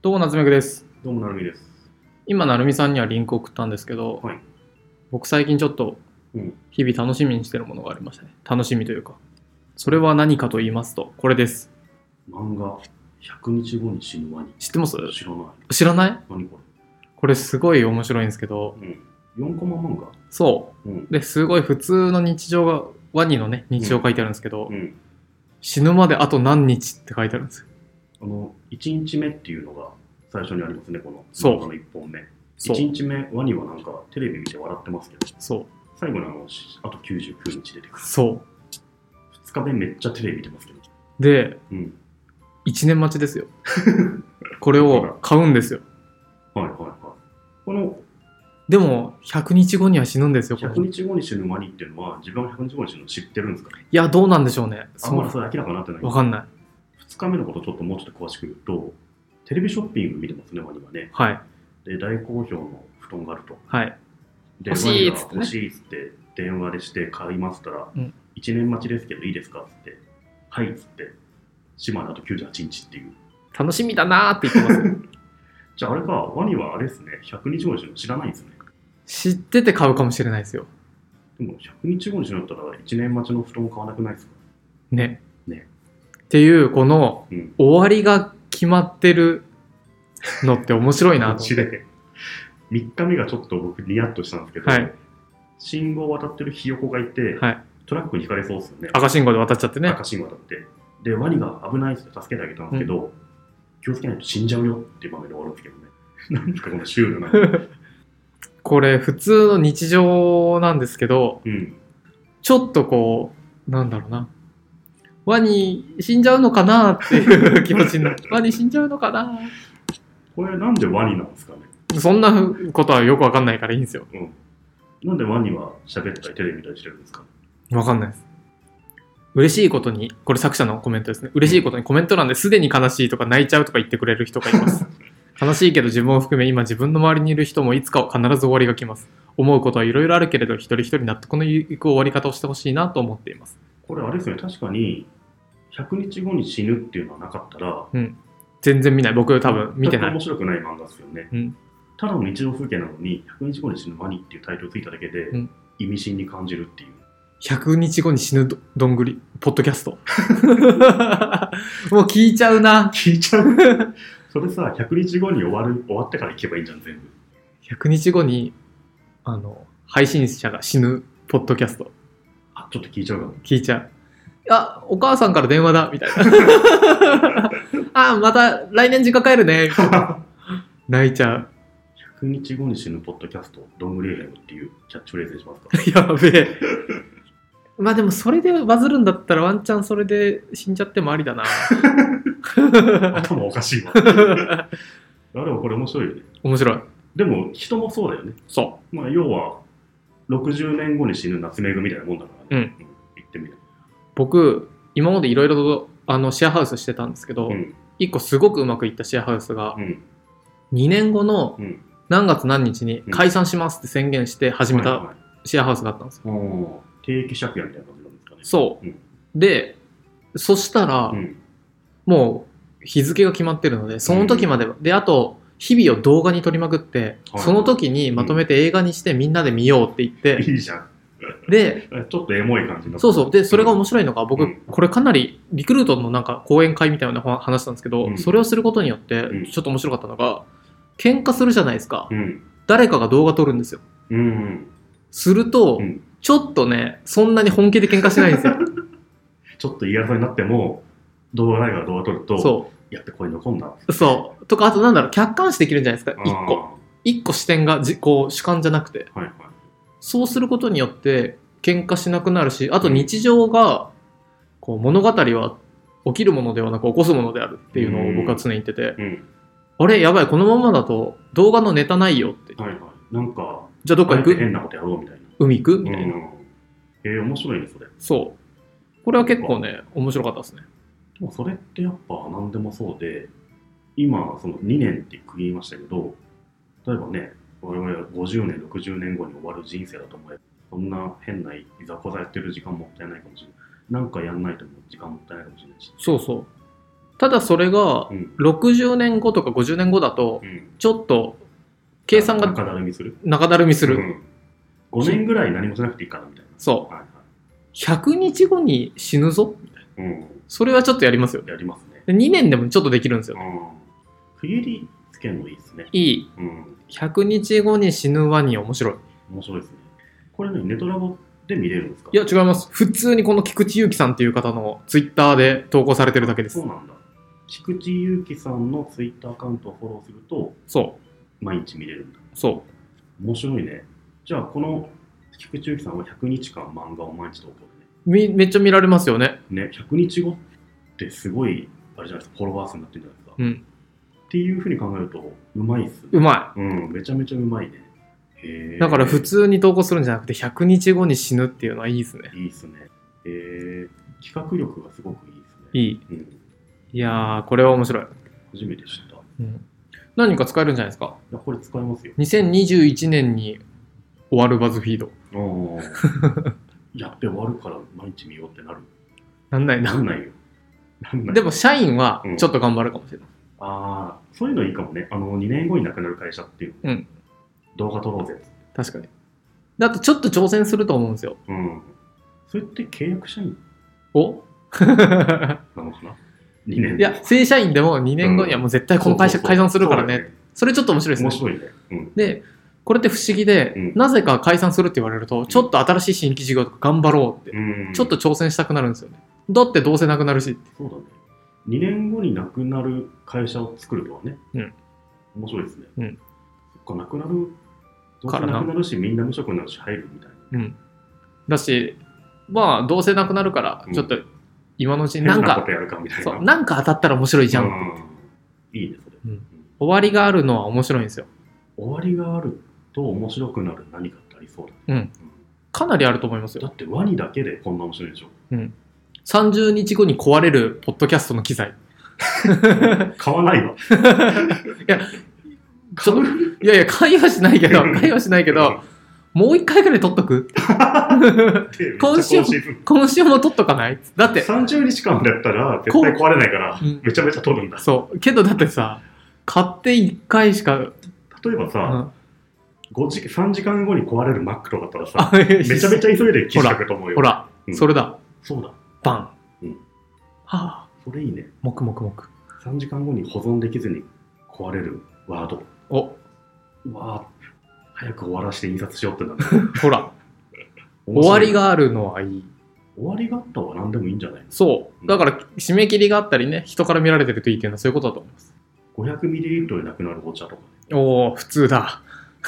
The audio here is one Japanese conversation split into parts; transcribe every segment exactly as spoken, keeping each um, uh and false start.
どうも夏目くです。 どうもなるみです。 今なるみさんにはリンク送ったんですけど、 はい、 僕最近ちょっと日々楽しみにしてるものがありましたね。楽しみというか、それは何かと言いますとこれです。 漫画ひゃくにちごに死ぬワニ。 知ってます？ 知らない。 知らない？ 何これ？ これすごい面白いんですけど、 うん、よんコマ漫画。 そう、 うん、 ですごい普通の日常がワニのね日常書いてあるんですけど、 うんうん、 死ぬまであと何日って書いてあるんですよ。 あのいちにちめっていうのが最初にありますね、このそう漫画のいっぽんめ。いそうちにちめワニはなんかテレビ見て笑ってますけど、 そう最後にあのあときゅうじゅうくにち出てくる。 そうふつかめめっちゃテレビ見てますけど。 で、うん、いちねん待ちですよ。これを買うんですよ。 はいはいはい。このでもひゃくにちごには死ぬんですよ。 ひゃくにちごに死ぬワニっていうのは自分はひゃくにちごに死ぬの知ってるんですか？ いや、どうなんでしょうね。 あんまりそれ明らかになってない。 わかんない。 ふつかめのことちょっともうちょっと詳しく言うと、テレビショッピング見てますね、ワニがね。 はい。 で、大好評の布団があると。 はい。 で、 欲しいっつって、ね、 欲しいっつって電話でして買いますったら、 うん、 いちねん待ちですけどいいですかっつって、はいっつって、島だときゅうじゅうはちにちっていう。 楽しみだなーって言ってます。 じゃああれか、ワニはあれですね、ひゃくにちごに死ぬの知らないんですね。 知ってて買うかもしれないですよ。 でもひゃくにちごに死ぬんだったらいちねん待ちの布団買わなくないですかね。 ね。 っていうこの、うん、終わりが決まってるのって面白いなと思って。 みっかめがちょっと僕ニヤッとしたんですけど、はい、信号を渡ってるひよこがいて、はい、トラックにひかれそうですよね。 赤信号で渡っちゃってね。 赤信号渡って。で、ワニが危ないって助けてあげたんですけど、うん、気をつけないと死んじゃうよっていう場面で終わるんですけどね。なんですかこのシュールなこれ普通の日常なんですけど、うん、ちょっとこうなんだろうな、ワニ死んじゃうのかなっていう気持ちになってワニ死んじゃうのかな。 これなんでワニなんですかね。 そんなことはよくわかんないからいいんですよ、うん、 なんでワニは喋ったりテレビ見たりしてるんですか？ わかんないです。嬉しいことに、これ作者のコメントですね。嬉しいことにコメント欄ですでに悲しいとか泣いちゃうとか言ってくれる人がいます。悲しいけど自分を含め今自分の周りにいる人もいつか必ず終わりが来ます。思うことはいろいろあるけれど一人一人納得のいく終わり方をしてほしいなと思っています。 これあれですね、確かにひゃくにちごに死ぬっていうのはなかったら、 うん、全然見ない。僕多分見てない。 面白くない漫画ですよね、うん、ただの日常風景なのにひゃくにちごに死ぬワニっていうタイトルついただけで、うん、意味深に感じるっていう。 ひゃくにちごに死ぬ ど, どんぐりポッドキャストもう聞いちゃうな。 聞いちゃうそれさ、ひゃくにちごに終わる終わってから行けばいいんじゃん全部。 ひゃくにちごにあの配信者が死ぬポッドキャスト。 あ、ちょっと聞いちゃうかも。 聞いちゃう。あ、お母さんから電話だみたいなあ、また来年実家帰るねみたいな泣いちゃう。 ひゃくにちごに死ぬポッドキャストどんぐりエフエムっていうキャッチフレーズにしますか？ やべえまあでもそれでバズるんだったらワンチャンそれで死んじゃってもありだな頭おかしいわあでもこれ面白いよね。 面白い。 でも人もそうだよね。 そう、 まあ、要はろくじゅうねんごに死ぬ夏目組みたいなもんだからね、うん、言ってみる。 僕今までいろいろとあのシェアハウスしてたんですけど、うん、いっこすごくうまくいったシェアハウスが、うん、にねんごの何月何日に解散しますって宣言して始めたシェアハウスがあったんですよ、 うんはいはい、定期借家みたいな感じなんですかね。 そう、うん、でそしたら、うん、もう日付が決まってるのでその時まで、うん、であと日々を動画に撮りまくって、はい、その時にまとめて映画にしてみんなで見ようって言って、 うん、いいじゃん。 でちょっとエモい感じの。 そうそう。でそれが面白いのが僕、うん、これかなりリクルートのなんか講演会みたいな話したんですけど、うん、それをすることによってちょっと面白かったのが、喧嘩するじゃないですか、うん、誰かが動画撮るんですよ、うん、すると、うん、ちょっとねそんなに本気で喧嘩しないんですよちょっと言い争いになっても動画誰かが動画撮るとそうやってこれ残んだそうとか、あとなんだろう、客観視できるんじゃないですか。いっこいっこ視点がじこう主観じゃなくて、はいはい、そうすることによって喧嘩しなくなるし、あと日常がこう物語は起きるものではなく起こすものであるっていうのを僕は常に言ってて、うんうん、あれやばいこのままだと動画のネタないよって、はいはい、 なんかじゃあどっか行く、 変なことやろうみたいな、 海行くみたいな、うん、 えー、面白いねそれ。 そうこれは結構ね面白かったですね。 でもそれってやっぱ何でもそうで、今そのにねんって区切りましたけど、例えばね我々はごじゅうねんろくじゅうねんごに終わる人生だと思えばそんな変ないざこざやってる時間もったいないかもしれない。なんかやんないと時間もったいないかもしれないし。 そうそう。 ただそれがうんろくじゅうねんごとかごじゅうねんごだとうんちょっと計算が中だるみする中だるみする、 うんごねんぐらい何もしなくていいかなみたいな。 そうはいはいひゃくにちごに死ぬぞみたいな、 うん、 それはちょっとやりますよ。 やりますね。 でにねんでもちょっとできるんですよ。 うん。区切りつけるのいいですね。 いい。 うん。 ひゃくにちごに死ぬワニ面白い。 面白いですね。これね、ネトラボで見れるんですか？ いや違います。普通にこの菊池祐希さんっていう方のツイッターで投稿されてるだけですそう。なんだ。菊池祐希さんのツイッターアカウントをフォローするとそ毎日見れるんだ。 う。そ面白いね。じゃあこの菊池祐希さんはひゃくにちかん漫画を毎日投稿う。みめっちゃ見られますよね。 でね。ね、ひゃくにちごってすごいあれじゃないですか、フォロワー数になってるんじゃないですか。 うん。 っていうふうに考えるとうまいっすね。 うまうん、めちゃめちゃうまいね。へい。だから普通に投稿するんじゃなくてひゃくにちごに死ぬっていうのはいいですね。 いいっすね。えー、企画力がすごくいいですね。 いい。 うん、 いやー、これは面白い。 初めて知った。いうん。何か使えるんじゃないですか。 や、これ使えますよ。 にせんにじゅういちねんに終わるバズフィード。 ああ。やって終わるから毎日見ようってなる。 なんないな。 なんないよ。なんない。 でも社員はちょっと頑張るかもしれない。 ああ、そういうのいいかもね。あの、にねんごに亡くなる会社っていう。 うん。動画撮ろうぜ。 確かに。だってちょっと挑戦すると思うんですよ。 うん。それって契約社員おなのかな ?に 年。 いや、正社員でもにねんごにはもう絶対この会社解散するからね。 そうそうそうそれちょっと面白いですね。 面白いね。うん。 で、これって不思議で、 うんなぜか解散するって言われると、ちょっと新しい新規事業とか頑張ろうって、 うん、 ちょっと挑戦したくなるんですよね。だってどうせなくなるし。 そうだね。にねんごになくなる会社を作るとはね。 うん。 面白いですね。 うん。 そっか、なくなる。どうせからななくなるし、みんな無職になるし、入るみたいな。 うん。だし、まあ、どうせなくなるからう、んちょっと今のうちになんか変なこと、やるかみたいな。 そう、なんか当たったら面白いじゃん。 うん。いいね、それ。 うん終わりがあるのは面白いんですよ。 終わりがあると面白くなる何かってありそうだね。 うん。かなりあると思いますよ。 だってワニだけでこんな面白いでしょ。 さんじゅうにちごに壊れるポッドキャストの機材。 買わないわ。 いや、ちょっと、いやいや、会話しないけど、会話しないけど、もう一回くらい撮っとく今週シーズン今週も撮っとかないだって、 さんじゅうにちかんだったら絶対壊れないからうんめちゃめちゃ撮るんだ。 そう。けどだってさ、買っていっかいしか、 例えばさ、 うんごじさんじかんごに壊れる Mac とかだったらさ、 あめちゃめちゃ急いで記事書くと思うよ。 ほら、 うんそれだ。 そうだ。 バン。 うんはあ、 それいいね。 もくもくもく。 さんじかんごに保存できずに壊れるワード。 お、 うわぁ、早く終わらして印刷しようってなる。 ほら、終わりがあるのはいい。 終わりがあったは何でもいいんじゃないの？ そう。だから、締め切りがあったりね、人から見られてるといいっていうのはそういうことだと思います。 ごひゃくミリリットル でなくなるお茶とかね。 おー、普通だ。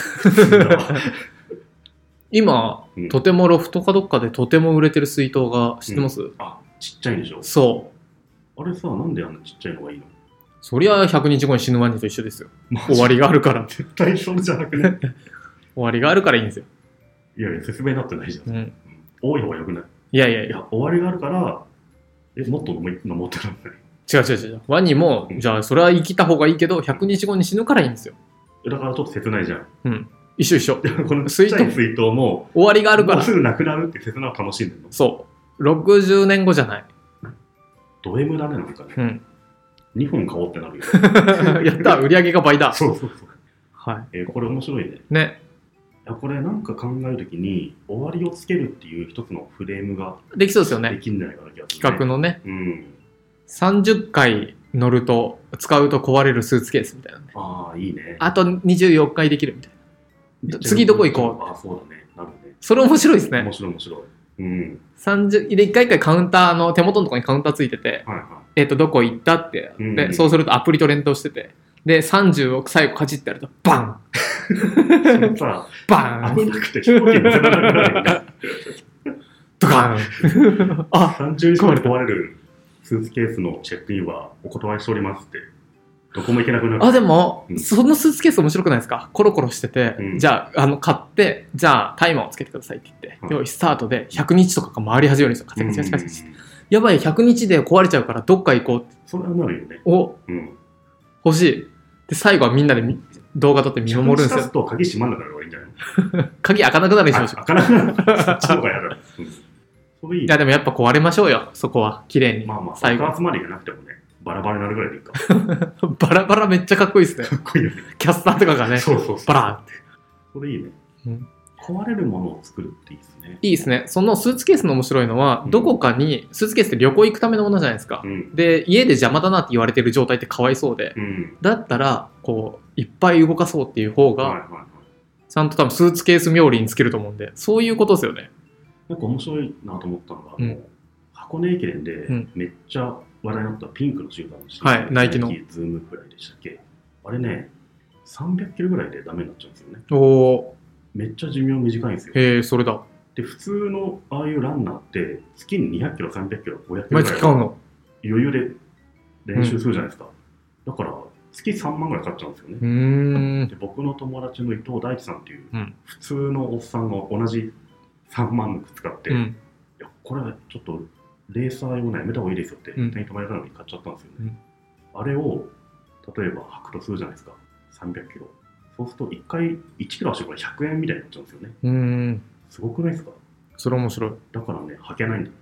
今、 うんとてもロフトかどっかでとても売れてる水筒が知ってます、 うんあ、ちっちゃいんでしょ？ そう。 あれさ、なんであんなちっちゃいのがいいの？ そりゃひゃくにちごに死ぬワニと一緒ですよ。 マジ終わりがあるから。終絶対そうじゃなくね？ わりがあるからいいんですよ。 いやいや、説明になってないじゃん。 うん。 多い方がよくない？ いやいやいや、 いや、終わりがあるから、え、もっと飲も飲もうってなんない？ 違う違う違う。ワニも、 うんじゃあそれは生きた方がいいけど、ひゃくにちごに死ぬからいいんですよ。 だからちょっと切ないじゃん。 うん。一緒一緒。 でもこのちっちゃい水筒も、 終わりがあるからもうす。ぐなくなるって切なを楽しんでるの。 そう。ろくじゅうねんごじゃない。 ド M だね、なんかね。 うん。 にほん買おうってなるよ。 やった売り上げが倍だ。 そうそうそう。 はえーこれ面白いね。いい。ね。 やこれなんか考えるときに、終わりをつけるっていう一つのフレームができそうですよでね。 きんじゃないかな気がする、ね。 企画のね。 うん。 さんじゅっかい乗ると、使うと壊れるスーツケースみたいなね。 ああ、いいね。 あとにじゅうよっかいできるみたいな。次どこ行こうああ、そうだね。なるね。 それ面白いですね面。白い面白い。うん。 さんじゅうで、いっかいいっかいカウンターの手元のところにカウンターついてて、 はいはえっ、と、どこ行ったって、 うんで、そうするとアプリと連動してて、で、さんじゅうを最後カチッてやると、バンい。それさ、 バン危なくて飛行機に乗せられない。 ドカンあ、 さんじゅうにちまで壊れるスーツケースのチェックインはお断りしておりますって、どこも行けなくなる。 あ、でも、 うんそのスーツケース面白くないですか？コロコロしてて、 うんじゃあ、あの、買って、じゃあ、タイマーをつけてくださいって言って、 はい用意スタートでひゃくにちとかが回り始めるんですよ。カチャカチャカチャカチャうんやばい、ひゃくにちで壊れちゃうからどっか行こうって。 それはなるよね。 お、 うん。 欲しい。で、最後はみんなでみ動画撮って見守るんです刺すよ。 と鍵閉まんなくなる方がいいんじゃない鍵開かなくなるでしょうし。 あ開かなくなる。そっちの方がやる。うんそれいいね。 いや、でもやっぱ壊れましょうよ。そこは。綺麗に。 まあまあ、 最後。 爆発までいかなくてもね。 バラバラになるぐらいでいいか。 バラバラめっちゃかっこいいですね。 かっこいいよね。 キャスターとかがね、 そうそうそう。 バラーって。 それいいね。 うん、 壊れるものを作るっていいですね。 いいですね。そのスーツケースの面白いのは、 うん、 どこかに、スーツケースって旅行行くためのものじゃないですか。 うん、 で、家で邪魔だなって言われてる状態ってかわいそうで、 うん、 だったら、こう、いっぱい動かそうっていう方が、 はいはいはい、 ちゃんと多分スーツケース冥利につけると思うんで、そういうことですよね。 なんか面白いなと思ったのが、 うん、 箱根駅伝でめっちゃ話題になったピンクのシューズあるし、 はい、ナイキの。 ズームくらいでしたっけ。あれね、さんびゃっキロぐらいでダメになっちゃうんですよね。 おー。 めっちゃ寿命短いんですよ。 へえ、それだ。 で、普通のああいうランナーって、月ににひゃっキロ、さんびゃっキロ、ごひゃっキロ毎月買うの余裕で練習するじゃないですか。うん、だから、月さんまんぐらいかかっちゃうんですよね。 うーん。 で、僕の友達の伊藤大地さんっていう、 うん、 普通のおっさんが同じさんまんの靴使って、うん、いや、これはちょっとレーサー用のやめた方がいいですよって、店員ともやらないのに買っちゃったんですよね。うん、あれを、例えば履くとするじゃないですか。さんびゃっキロ。そうするといっかいいちキロ走るからひゃくえんみたいになっちゃうんですよね。 うーん。 すごくないですか？ それ面白い。 だからね、履けないんだって。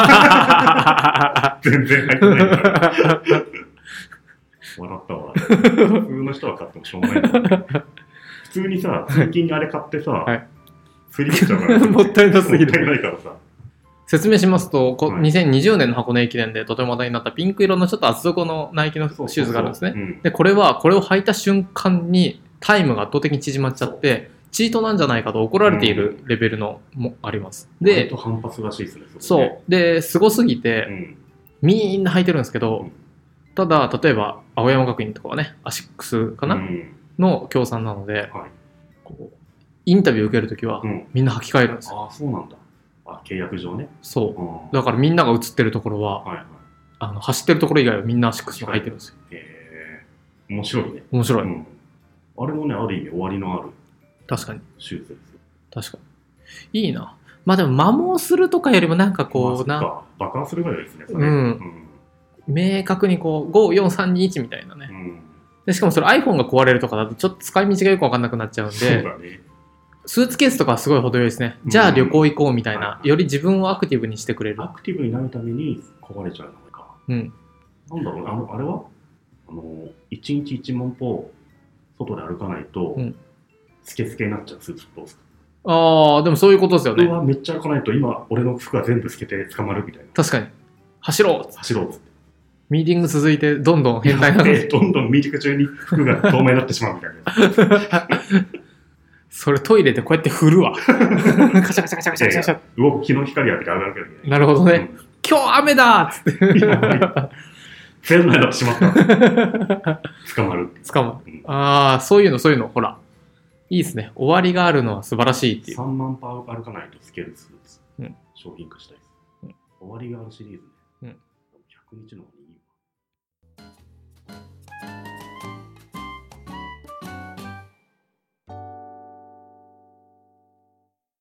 全然履けないんだから。笑ったわ。普通の人は買ってもしょうがないんだって。普通にさ、最近にあれ買ってさ、はい、すり切っちゃうから、 もったいなすぎる。 もったいないからさ。 説明しますと、こはい、にせんにじゅうねんの箱根駅伝でとても話題になったピンク色のちょっと厚底のナイキのシューズがあるんですね。そうそうそう、うん、で、これは、これを履いた瞬間にタイムが圧倒的に縮まっちゃって、チートなんじゃないかと怒られているレベルのもあります。 で、割と反発らしいですね。 そう。で、すごすぎて、うん、みんな履いてるんですけど、うん、ただ、例えば、青山学院とかはね、アシックスかな、うん、の協賛なので、はい、こうインタビュー受けるときは、うん、みんな履き替えるんですよ。 ああ、そうなんだ。あ、契約上ね。 そう。だからみんなが映ってるところは、はいはい、あの走ってるところ以外はみんなアシックスに履いてるんですよ。 へえ、面白いね。 面白い、うん。 あれもね、ある意味終わりのある。 確かに。 シューズですよ。 確かに。いいな。まあでも摩耗するとかよりもなんかこう、 まあ、な爆破するぐらいですね。それ、うん、うん。明確にこうご、よん、さん、に、いちみたいなね、うん。でしかもそれ iPhone が壊れるとかだとちょっと使い道がよく分かんなくなっちゃうんで。 そうだね。 スーツケースとかはすごい程よいですね。じゃあ旅行行こうみたいな、うん、より自分をアクティブにしてくれる。 アクティブになるために壊れちゃうのか。うん。なんだろう、あの、あれはあの、いちにちいちまん歩外で歩かないと、うん、スケスケになっちゃうスーツどうですか？ああ、でもそういうことですよね。 うわ、めっちゃ歩かないと今、俺の服が全部透けて捕まるみたいな。 確かに。走ろう走ろうっつって。 ミーティング続いて、どんどん変態なので、どんどんミーティング中に服が透明になってしまうみたいな。 それトイレでこうやって振るわ。カシャカシャカシャカシャカシャカシャ。 動く日の光当てて上がるけどね。 なるほどね。うん、今日雨だーっつって。 全内になってしまった。捕まる。 捕まる。うん、ああ、そういうの、そういうの。ほら。いいですね。終わりがあるのは素晴らしいっていう。 さんまん歩歩かないとスケルスーツ、うん、商品化したいです、うん。終わりがあるシリーズね。うん、ひゃくにちの